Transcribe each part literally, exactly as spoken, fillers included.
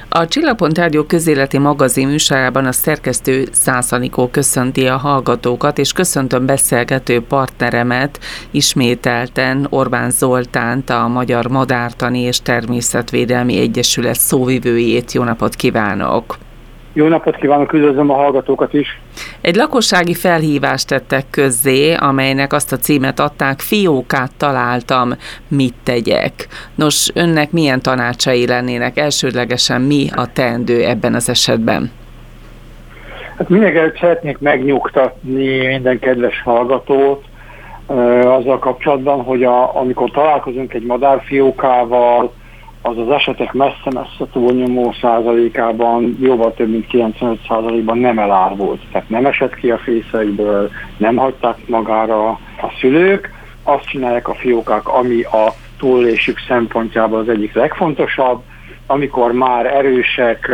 A Csillagpont Rádió közéleti magazin műsorában a szerkesztő Szász Anikó köszönti a hallgatókat, és köszöntöm beszélgető partneremet, ismételten Orbán Zoltánt, a Magyar Madártani és Természetvédelmi Egyesület szóvivőjét. Jó napot kívánok! Jó napot kívánok, üdvözlöm a hallgatókat is! Egy lakossági felhívást tettek közzé, amelynek azt a címet adták, fiókát találtam, mit tegyek? Nos, önnek milyen tanácsai lennének? Elsődlegesen mi a teendő ebben az esetben? Hát mindenkelőtt szeretnék megnyugtatni minden kedves hallgatót uh, azzal kapcsolatban, hogy a, amikor találkozunk egy madárfiókával, az az esetek messze-messze túlnyomó százalékában, jóval több mint kilencvenöt százalékban nem elárvult. Tehát nem esett ki a fészekből, nem hagyták magára a szülők. Azt csinálják a fiókák, ami a túlélésük szempontjából az egyik legfontosabb. Amikor már erősek,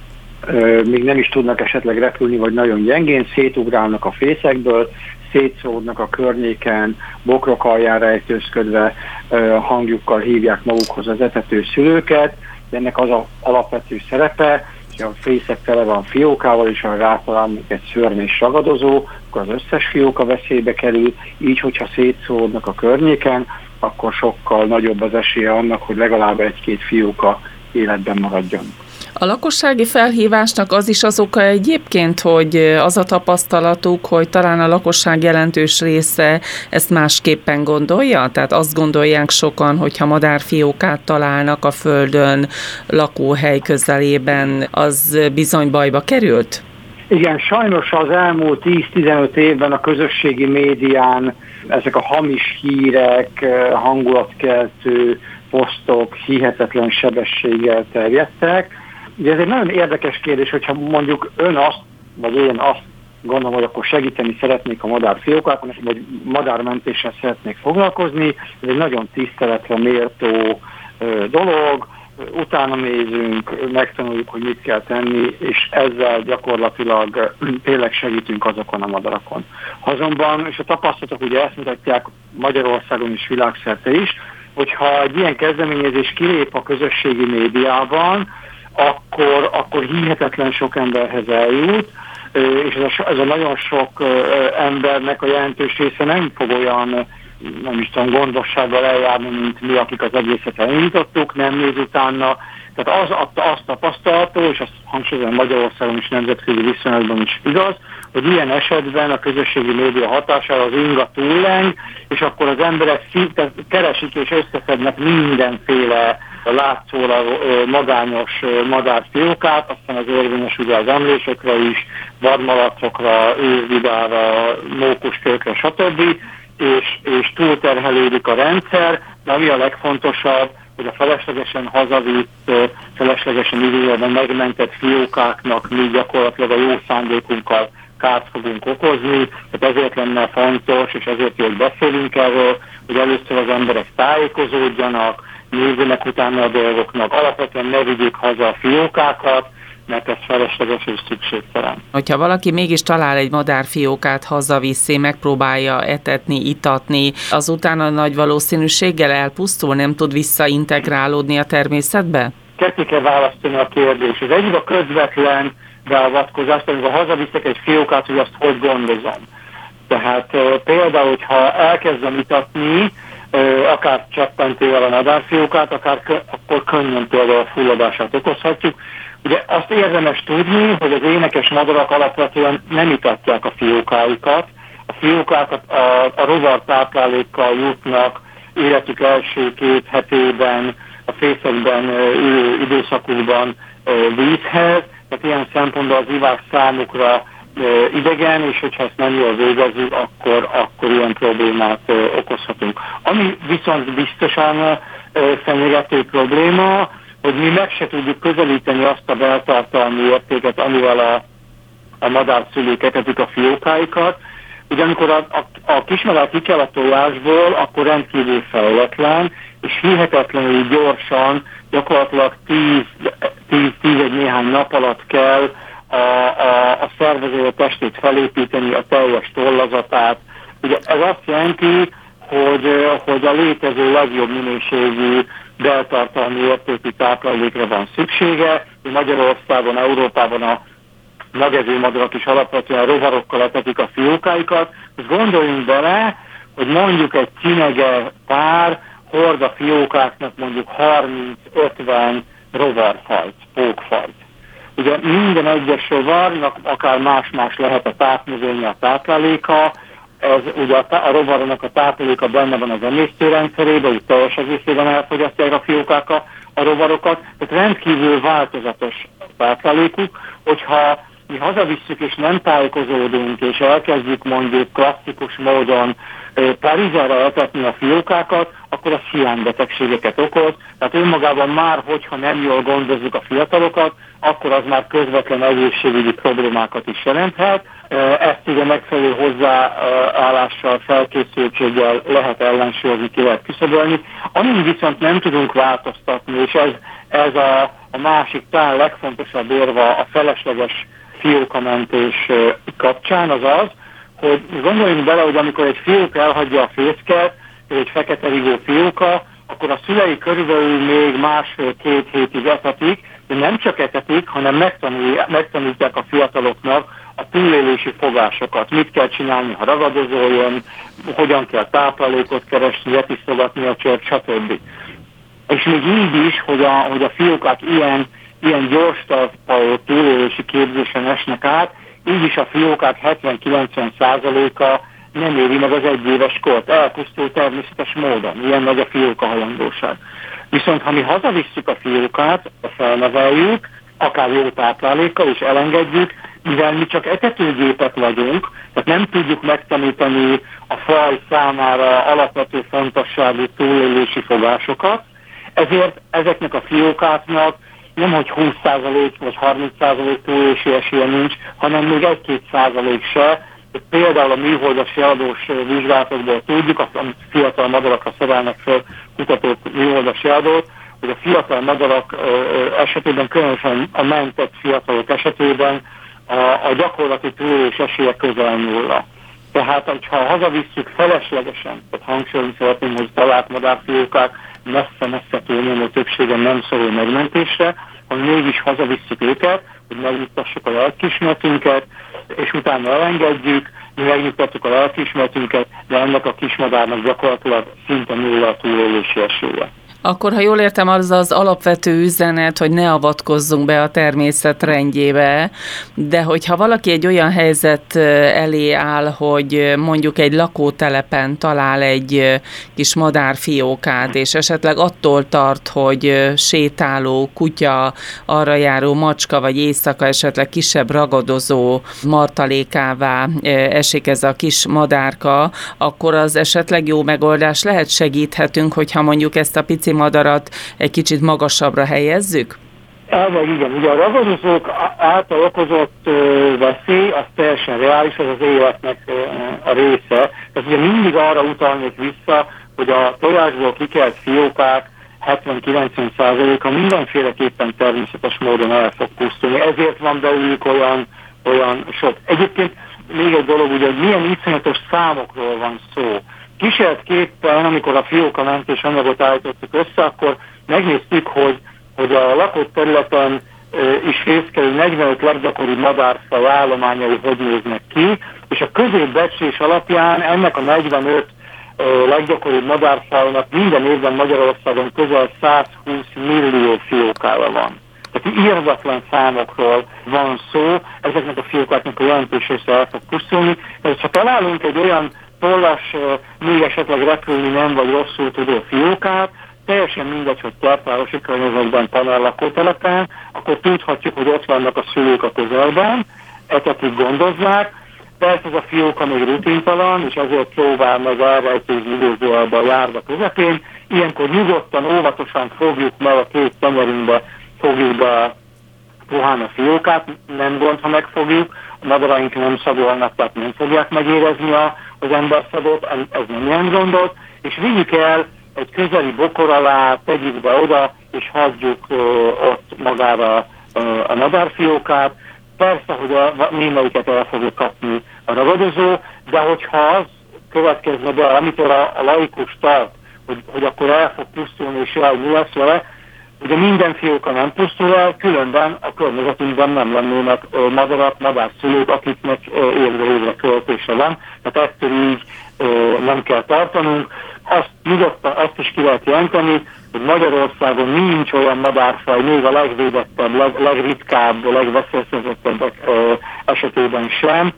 még nem is tudnak esetleg repülni, vagy nagyon gyengén, szétugrálnak a fészekből, szétszódnak a környéken, bokrok alján rejtőzködve hangjukkal hívják magukhoz az etető szülőket. Ennek az az alapvető szerepe, hogy a fészek tele van fiókával, és ha rátalál egy szörnyes ragadozó, akkor az összes fióka veszélybe kerül, így, hogyha szétszódnak a környéken, akkor sokkal nagyobb az esélye annak, hogy legalább egy-két fióka életben maradjon. A lakossági felhívásnak az is az oka egyébként, hogy az a tapasztalatuk, hogy talán a lakosság jelentős része ezt másképpen gondolja? Tehát azt gondolják sokan, hogyha madárfiókát találnak a földön, lakóhely közelében, az bizony bajba került? Igen, sajnos az elmúlt tíz-tizenöt évben a közösségi médián ezek a hamis hírek, hangulatkeltő posztok hihetetlen sebességgel terjedtek. Ugye ez egy nagyon érdekes kérdés, hogyha mondjuk ön azt, vagy én azt gondolom, hogy akkor segíteni szeretnék a madárfiókákon, vagy madármentéssel szeretnék foglalkozni. Ez egy nagyon tiszteletre méltó dolog, utána nézünk, megtanuljuk, hogy mit kell tenni, és ezzel gyakorlatilag tényleg segítünk azokon a madarakon. Azonban, és a tapasztalatok ugye ezt mutatják Magyarországon és világszerte is, hogyha egy ilyen kezdeményezés kilép a közösségi médiában, akkor, akkor hihetetlen sok emberhez eljut, és ez a, ez a nagyon sok embernek a jelentős része nem fog olyan, nem is tudom, gondossággal eljárni, mint mi, akik az egészet elindítottuk, nem néz utána. Tehát az, azt tapasztalható, és azt hangsúlyozom Magyarországon is nemzetközi viszonylatban is igaz, hogy ilyen esetben a közösségi média hatására az inga túlleng, és akkor az emberek szinte keresik és összeszednek mindenféle látszólag magányos madárfiókát, aztán az érvényes ugye az emlősökre is, vadmalacokra, őzvidára, mókuskökre, stb. És, és túlterhelődik a rendszer, de ami a legfontosabb, hogy a feleslegesen hazavitt, feleslegesen időben megmentett fiókáknak mi gyakorlatilag a jó szándékunkkal kárt fogunk okozni, tehát ezért lenne fontos, és ezért jó, hogy beszélünk erről, hogy először az emberek tájékozódjanak, nézzenek utána a dolgoknak, alapvetően ne vigyék haza a fiókákat, mert ez felesleges és szükségtelen. Hogyha valaki mégis talál egy madárfiókát, hazaviszi, megpróbálja etetni, itatni, azután a nagy valószínűséggel elpusztul, nem tud visszaintegrálódni a természetbe? Ketté kell választani a kérdés. Az egyik a közvetlen beavatkozás, amikor hazaviszek egy fiókát, hogy azt hogy gondozom. Tehát például, hogyha elkezdem itatni, akár csappantéval a madárfiókát, akár akkor könnyen például a fulladását okozhatjuk. Ugye azt érdemes tudni, hogy az énekes madarak alapvetően nem itatják a fiókáikat. A fiókákat a, a rovartáplálékkal jutnak életük első két hetében, a fészekben ülő időszakukban vízhez, tehát ilyen szempontból az ivás számukra idegen, és hogyha ezt nem jól végezzük, akkor, akkor ilyen problémát okozhatunk. Ami viszont biztosan fenyegető probléma, hogy mi meg se tudjuk közelíteni azt a beltartalmi értéket, amivel a, a madárszülők etetik a fiókáikat. Ugye amikor a, a, a kismadár kikel a tojásból, akkor rendkívül fejletlen, és hihetetlenül gyorsan, gyakorlatilag tíz-tíz néhány nap alatt kell a, a, a szervező testét felépíteni, a teljes tollazatát. Ugye ez azt jelenti, hogy, hogy a létező legjobb minőségű beltartalmi értékű táplálékra van szüksége. Magyarországon, Európában a magező madarak is alapvetően rovarokkal etetik a fiókáikat. Most gondoljunk bele, hogy mondjuk egy cinege pár hord a fiókáknak mondjuk harminc-ötven rovarfajt, pókfajt. Ugye minden egyes rovarnak akár más-más lehet a tápnövénye, a tápláléka, ez ugye a, a rovarnak a tápláléka benne van az emésztőrendszerében, úgy teljes egészében elfogyasztják a fiókák a, a rovarokat, tehát rendkívül változatos táplálékuk, hogyha mi hazavisszük és nem tájékozódunk, és elkezdjük mondjuk klasszikus módon parizsára etetni a fiókákat, akkor az hiánybetegségeket okoz. Tehát önmagában már, hogyha nem jól gondozzuk a fiatalokat, akkor az már közvetlen egészségügyi problémákat is jelenthet. Ezt ugye megfelelő hozzáállással, felkészültséggel lehet ellensúlyozni, ki lehet küszöbölni. Amin viszont nem tudunk változtatni, és ez, ez a, a másik, talán legfontosabb érva a felesleges fiókamentés kapcsán, az az, hogy gondoljunk bele, hogy amikor egy fióka elhagyja a fészket, egy fekete rigó fióka, akkor a szülei körülbelül még másfél-két hétig etetik, de nem csak etetik, hanem megtanítják a fiataloknak a túlélési fogásokat. Mit kell csinálni, ha ragadozó jön, hogyan kell táplálékot keresni, letisztogatni a csört, stb. És még így is, hogy a, hogy a fiókák ilyen, ilyen gyors talpaló túlélési képzésen esnek át, így is a fiókák hetven-kilencven százaléka nem éri meg az egyéves kort, elpusztul természetes módon, ilyen nagy a fióka halandóság. Viszont ha mi hazavisszük a fiókát, felneveljük, akár jó táplálékkal és elengedjük, mivel mi csak etetőgépek vagyunk, tehát nem tudjuk megtanítani a faj számára alapvető fontosságú túlélési fogásokat, ezért ezeknek a fiókáknak nem hogy húsz százalék vagy harminc százalék túlélési esélye nincs, hanem még egy-két százalék se. Például a műholdas jeladós vizsgálatokból tudjuk, a fiatal madarakra szerelnek fel kutatók műholdas jeladót, hogy a fiatal madarak esetében, különösen a mentett fiatalok esetében a, a gyakorlati túlélés esélye közel nulla. Tehát, ha hazavisszük feleslegesen, tehát hangsúlyozni szeretném, hogy talált madárfiókák messze-messze túlnyomó többsége nem szorul megmentésre, hanem mégis hazavisszük őket, hogy megnyugtassuk a lelkiismeretünket, és utána elengedjük, mi megnyugtatjuk a lelkiismeretünket, de ennek a kismadárnak gyakorlatilag szinte nulla a túlélési esélye. Akkor, ha jól értem, az az alapvető üzenet, hogy ne avatkozzunk be a természet rendjébe, de hogyha valaki egy olyan helyzet elé áll, hogy mondjuk egy lakótelepen talál egy kis madárfiókát, és esetleg attól tart, hogy sétáló kutya, arra járó macska, vagy éjszaka esetleg kisebb ragadozó martalékává esik ez a kis madárka, akkor az esetleg jó megoldás lehet, segíthetünk, hogyha mondjuk ezt a pici madarat egy kicsit magasabbra helyezzük? Elveg igen. Ugye a ragadozók által okozott veszély, az teljesen reális, az az életnek a része. Tehát ugye mindig arra utalnék vissza, hogy a tojásból kikelt fiókák hetven-kilencven százaléka mindenféleképpen természetes módon el fog pusztulni. Ezért van belőlük olyan, olyan sok. Egyébként még egy dolog, ugye, hogy milyen iszonyatos számokról van szó. Kísérletképpen, amikor a fiókamentés anyagot állítottuk össze, akkor megnéztük, hogy, hogy a lakott területen e, is fészkelő negyvenöt leggyakoribb madárfaj állományai hogy néznek ki, és a középbecslés alapján ennek a negyvenöt e, leggyakoribb madárfajnak minden évben Magyarországon közel százhúsz millió fiókája van. Tehát irdatlan számokról van szó, ezeknek a fiókáknak a jelentős része el fog pusztulni. Ha találunk egy olyan tollas, még esetleg repülni nem vagy rosszul tudó fiókát, teljesen mindegy, hogy kertvárosi környezetben, panellakótelepen, akkor tudhatjuk, hogy ott vannak a szülők a közelben, etetik, gondozzák. Persze ez a fióka még rutintalan, és ezért próbál meg elrejtőzni idézőjelbe a járda közepén. Ilyenkor nyugodtan, óvatosan fogjuk meg a két tenyerünkbe, fogjuk be puhán a fiókát, nem gond, ha megfogjuk, a madaraink nem szagolnak, tehát nem fogják megérezni a, az emberszagot, ez nem ilyen gondot, és vigyük el egy közeli bokor alá, tegyük be oda, és hagyjuk ö, ott magára ö, a madárfiókát. Persze, hogy a, mindegyiket el fogja kapni a ragadozó, de hogyha az következne be, amitől a, a laikus tart, hogy, hogy akkor el fog pusztulni, és jaj, mi lesz vele. Ugye minden fióka nem pusztul el, különben a környezetünkben nem lennének ö, madarak, madárszülők, akiknek évre évre költése van. Tehát ettől így ö, nem kell tartanunk. Azt nyugodtan azt is ki lehet jelenteni, hogy Magyarországon nincs olyan madárfaj, még a legvédettebb, leg, legritkább, legveszélyeztetettebb ö, esetében sem,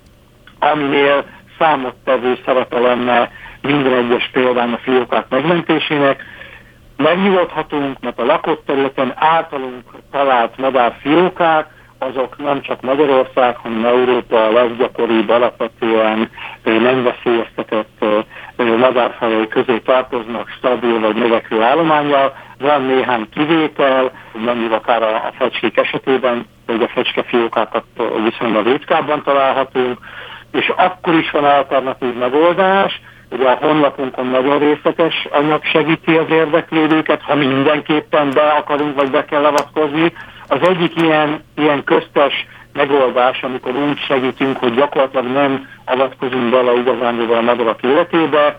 aminél számottevő szerepe lenne minden egyes példány a fiókák megmentésének. Megnyugodhatunk, mert a lakott területen általunk talált madárfiókák, azok nem csak Magyarország, hanem Európa a leggyakoribb, alapvetően nem veszélyeztetett madárfajai közé tartoznak, stabil vagy növekvő állománnyal. Van néhány kivétel, mondjuk akár a, a fecskék esetében, hogy a fecskefiókákat viszonylag ritkábban találhatunk, és akkor is van alternatív megoldás. Ugye a honlapunkon nagyon részletes anyag segíti az érdeklődőket, ha mindenképpen be akarunk, vagy be kell avatkozni. Az egyik ilyen, ilyen köztes megoldás, amikor úgy segítünk, hogy gyakorlatilag nem avatkozunk bele igazándiból a madarak életébe,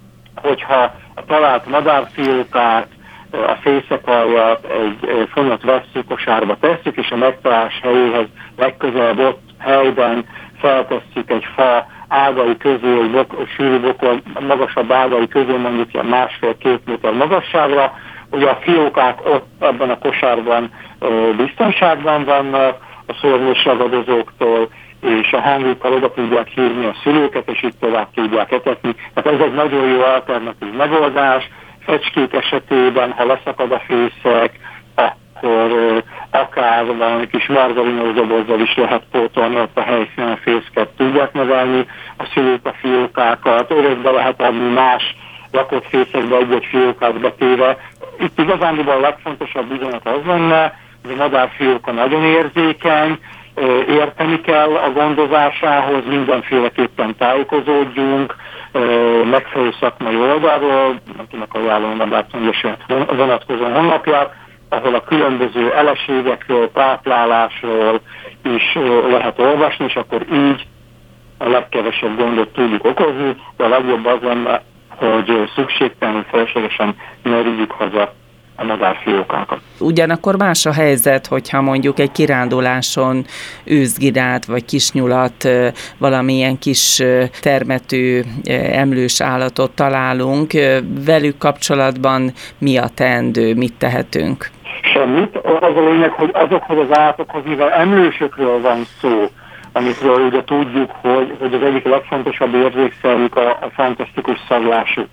hogyha a talált madárfiókát, a fészekarjat egy fonott vesszőkosárba tesszük, és a megtalálás helyéhez legközelebb ott helyben feltesszük egy fa ágai közé, egy bok, sűrű bokor, magasabb ágai közé, mondjuk ilyen másfél-két méter magasságra. Ugye a fiókák ott ebben a kosárban ö, biztonságban vannak a szörnyes ragadozóktól, és a hangjukkal oda tudják hívni a szülőket, és itt tovább tudják etetni. Tehát ez egy nagyon jó alternatív megoldás. Fecskék esetében, ha leszakad a fészek, akkor ö, akár valami kis margarinos dobozzal is lehet pótolni, ott a helyszínen a fészket tudják nevelni, a szülők a fiókákat, örökbe lehet adni más lakott fészekbe egy-egy fiókát betéve. Itt igazán a legfontosabb üzenet az lenne, hogy a madárfióka nagyon érzékeny, érteni kell a gondozásához, mindenféleképpen tájékozódjunk, megfelelő szakmai oldalról, nem tudnak ajánlani a madártangyesület vonatkozó honlapját, ahol a különböző eleségekről, táplálásról is lehet olvasni, és akkor így a legkevesebb gondot tudjuk okozni, de a legjobb az lenne, hogy szükségtelenül feleslegesen ne vigyük haza a madárfiókákat. Ugyanakkor más a helyzet, hogyha mondjuk egy kiránduláson őszgidát vagy kisnyulat, valamilyen kis termető emlős állatot találunk, velük kapcsolatban mi a teendő, mit tehetünk? Semmit. Az a lényeg, hogy azokhoz az állatokhoz, mivel emlősökről van szó, amikről ugye tudjuk, hogy, hogy az egyik legfontosabb érzékszerük a, a fantasztikus szaglásuk.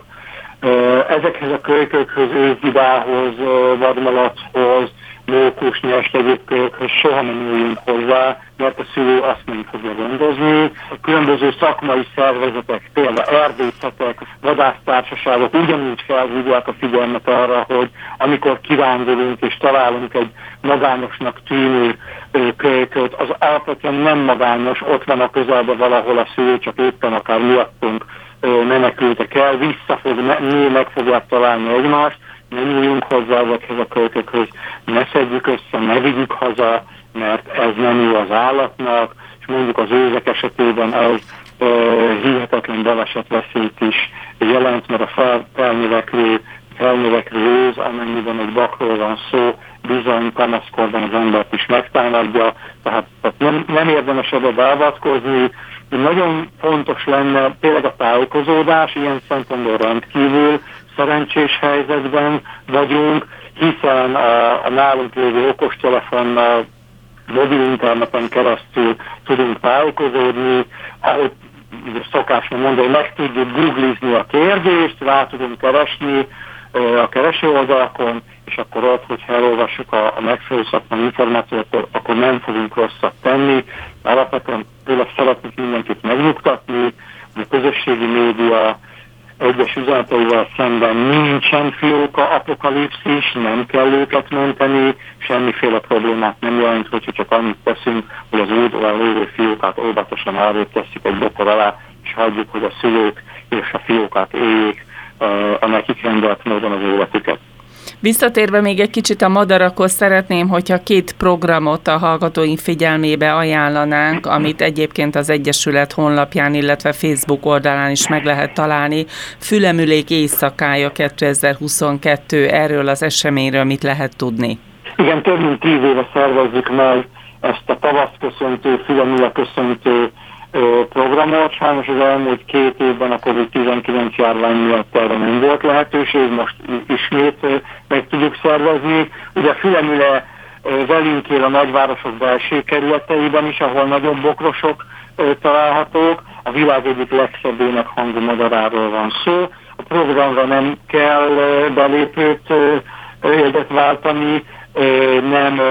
Ezekhez a kölykökhöz, őszgidához, vadmalachoz, mókus, nyers egyéb kölyökhöz soha nem nyúljunk hozzá, mert a szülő azt nem fogja gondozni. A különböző szakmai szervezetek, például erdészetek, vadásztársaságok ugyanúgy felhívják a figyelmet arra, hogy amikor kirándulunk és találunk egy magányosnak tűnő kölyköt, az alapvetően nem magányos, ott van a közelben valahol a szülő, csak éppen akár miattunk menekültek el, visszafog, mi meg fogják találni egymást, ne nyúljunk hozzá ezekhez a kölykökhöz, ne szedjük össze, ne vigyük haza, mert ez nem jó az állatnak, és mondjuk az őzek esetében ez e, hihetetlen balesetveszélyt is jelent, mert a fel, felnövekvő, felnövekvő őz, amennyiben egy bakról van szó, bizony kamaszkorban az embert is megtámadja, tehát, tehát nem, nem érdemes ebbe beavatkozni. Nagyon fontos lenne például a tájékozódás, ilyen szempontból rendkívül szerencsés helyzetben vagyunk, hiszen a, a nálunk lévő okostelefonnal, mobil interneten keresztül tudunk tájékozódni, ahogy szokás mondani, meg tudjuk googlizni a kérdést, rá tudunk keresni a kereső oldalakon, és akkor ott, hogyha elolvassuk a, a megfelelő szakmai információt, akkor, akkor nem fogunk rosszat tenni. Alapvetően tényleg szeretnék mindenkit megnyugtatni, hogy a közösségi média egyes üzeneteivel szemben nincsen fióka apokalipszis, nem kell őket menteni, semmiféle problémát nem jelent, hogyha csak annyit teszünk, hogy az úton lévő fiókát óvatosan arrébb tesszük egy bokor alá, és hagyjuk, hogy a szülők és a fiókák éljék a nekik rendelt módon az életüket. Visszatérve még egy kicsit a madarakhoz, szeretném, hogyha két programot a hallgatóink figyelmébe ajánlanánk, amit egyébként az Egyesület honlapján, illetve Facebook oldalán is meg lehet találni. Fülemülék éjszakája kétezer-huszonkettő, erről az eseményről mit lehet tudni? Igen, több mint tíz éve szervezzük meg ezt a tavaszköszöntő, Fülemüle köszöntő programot. Sajnos az elmúlt két évben a kovid tizenkilenc járvány miatt erre nem volt lehetőség, most ismét meg tudjuk szervezni. Ugye Fülemüle velünk él a nagyvárosok belső kerületeiben is, ahol nagyobb bokrosok találhatók. A világ egyik legszebb énekhangú madaráról van szó. A programra nem kell belépőt érdet váltani, nem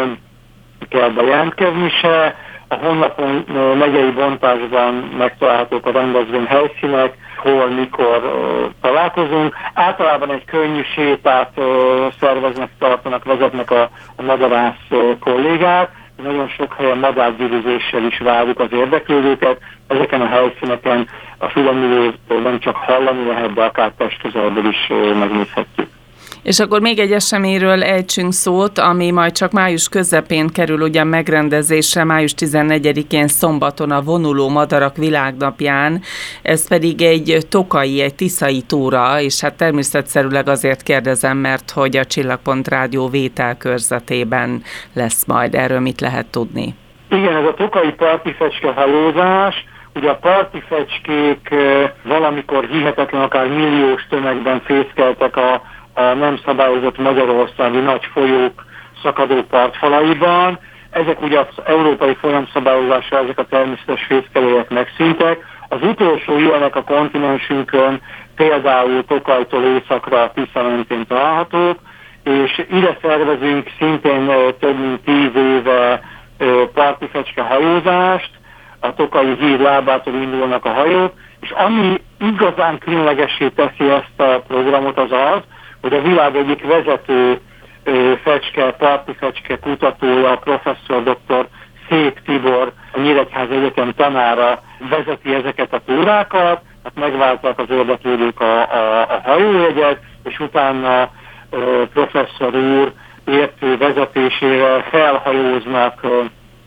kell bejelentkezni se. A honlapon megyei bontásban megtalálhatók a rendezvény helyszínek, hol, mikor találkozunk. Általában egy könnyű sétát szerveznek, tartanak, vezetnek a, a madarász kollégák. Nagyon sok helyen madárgyűrűzéssel is várjuk az érdeklődőket. Ezeken a helyszíneken a Fülemülét nem csak hallani lehet, de akár testközelből is megnézhetjük. És akkor még egy eseményről ejtsünk szót, ami majd csak május közepén kerül ugyan megrendezésre, május tizennegyedikén szombaton a Vonuló Madarak Világnapján. Ez pedig egy tokai, egy tiszai túra, és hát természetszerűleg azért kérdezem, mert hogy a Csillagpont Rádió vételkörzetében lesz majd. Erről mit lehet tudni? Igen, ez a tokai partifecske hajózás. Ugye a partifecskék valamikor hihetetlen, akár milliós tömegben fészkeltek a a nem szabályozott magyarországi nagy folyók szakadó partfalaiban. Ezek ugye az európai folyamszabályozásra ezek a természetes fészkelőek megszűntek. Az utolsó ilyenek a kontinensünkön például Tokajtól északra a Tisza mentén találhatók, és ide szervezünk szintén több mint tíz éve partifecske hajózást, a Tokai híd lábától indulnak a hajók, és ami igazán különlegessé teszi ezt a programot az az, hogy a világ egyik vezető ö, fecske, partifecske kutatója, professzor dr. Szép Tibor, a Nyíregyháza Egyetem tanára vezeti ezeket a túrákat, hát megváltak az érdeklődők a, a, a hajójegyet, és utána ö, professzor úr értő vezetésével felhajóznak ö,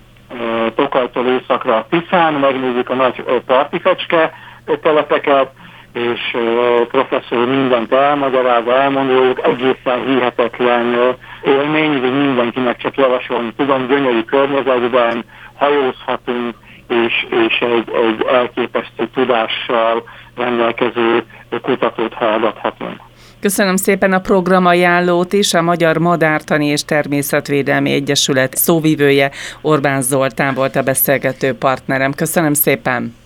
ö, Tokajtól északra a Tiszán, megnézik a nagy ö, partifecske ö, telepeket, és uh, professzor mindent elmagyaráz, elmondjuk, egészen hihetetlen élmény, hogy mindenkinek csak javasolni tudom, gyönyörű környezetben hajózhatunk, és, és egy, egy elképesztő tudással rendelkező kutatót hallgathatunk. Köszönöm szépen a programajánlót is, a Magyar Madártani és Természetvédelmi Egyesület szóvivője Orbán Zoltán volt a beszélgető partnerem. Köszönöm szépen!